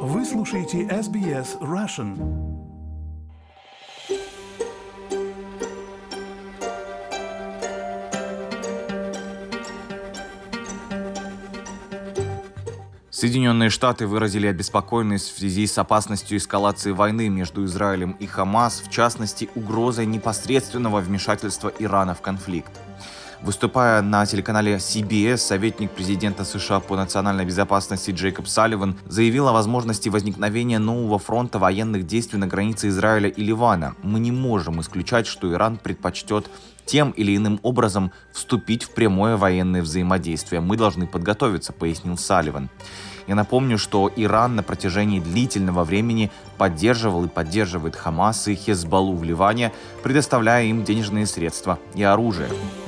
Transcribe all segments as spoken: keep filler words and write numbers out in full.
Вы слушаете эс би эс Russian. Соединенные Штаты выразили обеспокоенность в связи с опасностью эскалации войны между Израилем и Хамас, в частности, угрозой непосредственного вмешательства Ирана в конфликт. Выступая на телеканале си би эс, советник президента США по национальной безопасности Джейкоб Салливан заявил о возможности возникновения нового фронта военных действий на границе Израиля и Ливана. Мы не можем исключать, что Иран предпочтет тем или иным образом вступить в прямое военное взаимодействие. Мы должны подготовиться, пояснил Салливан. Я напомню, что Иран на протяжении длительного времени поддерживал и поддерживает Хамас и Хезболлу в Ливане, предоставляя им денежные средства и оружие.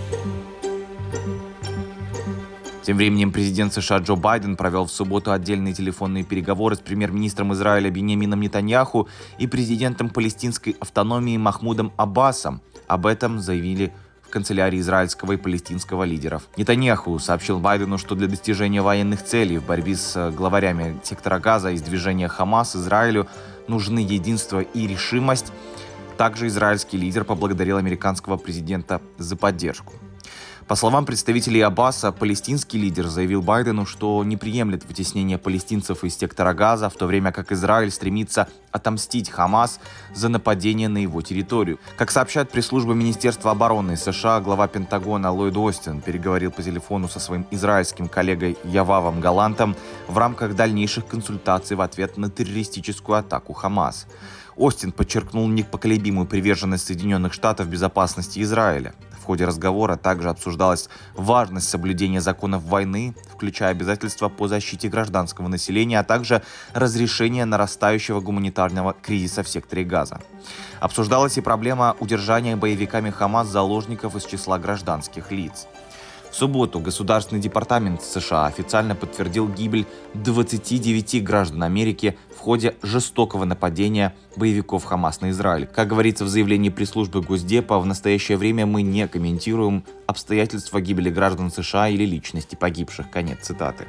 Тем временем президент США Джо Байден провел в субботу отдельные телефонные переговоры с премьер-министром Израиля Биньямином Нетаньяху и президентом палестинской автономии Махмудом Аббасом. Об этом заявили в канцелярии израильского и палестинского лидеров. Нетаньяху сообщил Байдену, что для достижения военных целей в борьбе с главарями сектора Газа и сдвижения Хамас Израилю нужны единство и решимость. Также израильский лидер поблагодарил американского президента за поддержку. По словам представителей Аббаса, палестинский лидер заявил Байдену, что не приемлет вытеснение палестинцев из сектора Газа, в то время как Израиль стремится отомстить Хамас за нападение на его территорию. Как сообщает пресс-служба Министерства обороны США, глава Пентагона Ллойд Остин переговорил по телефону со своим израильским коллегой Явавом Галантом в рамках дальнейших консультаций в ответ на террористическую атаку Хамас. Остин подчеркнул непоколебимую приверженность Соединенных Штатов безопасности Израиля. В ходе разговора также обсуждалась важность соблюдения законов войны, включая обязательства по защите гражданского населения, а также разрешение нарастающего гуманитарного кризиса в секторе Газа. Обсуждалась и проблема удержания боевиками Хамас заложников из числа гражданских лиц. В субботу Государственный департамент США официально подтвердил гибель двадцати девяти граждан Америки в ходе жестокого нападения боевиков Хамас на Израиль. Как говорится в заявлении пресс-службы Госдепа, в настоящее время мы не комментируем обстоятельства гибели граждан США или личности погибших. Конец цитаты.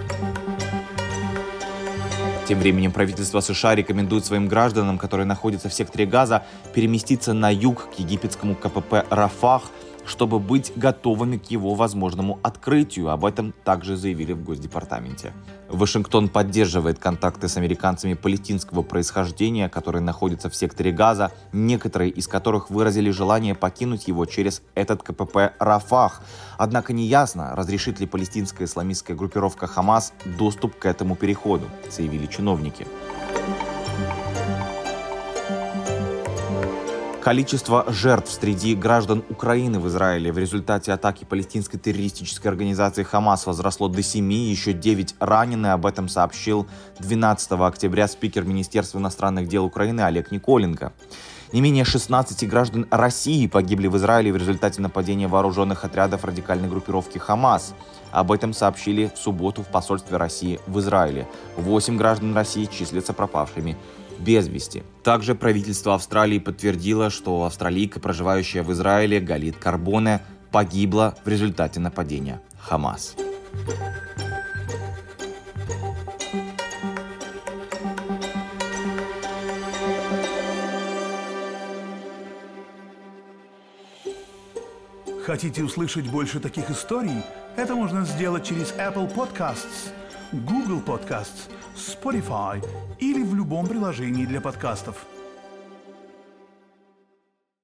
Тем временем правительство США рекомендует своим гражданам, которые находятся в секторе Газа, переместиться на юг к египетскому ка пэ пэ «Рафах», чтобы быть готовыми к его возможному открытию. Об этом также заявили в Госдепартаменте. Вашингтон поддерживает контакты с американцами палестинского происхождения, которые находятся в секторе Газа, некоторые из которых выразили желание покинуть его через этот ка пэ пэ «Рафах». Однако неясно, разрешит ли палестинская исламистская группировка Хамас доступ к этому переходу, заявили чиновники. Количество жертв среди граждан Украины в Израиле в результате атаки палестинской террористической организации Хамас возросло до семи, еще девять ранены. Об этом сообщил двенадцатого октября спикер Министерства иностранных дел Украины Олег Николенко. Не менее шестнадцати граждан России погибли в Израиле в результате нападения вооруженных отрядов радикальной группировки Хамас. Об этом сообщили в субботу в посольстве России в Израиле. Восемь граждан России числятся пропавшими без вести. Также правительство Австралии подтвердило, что австралийка, проживающая в Израиле, Галит Карбоне, погибла в результате нападения Хамас. Хотите услышать больше таких историй? Это можно сделать через Apple Podcasts, Google Podcasts, Spotify или в любом приложении для подкастов.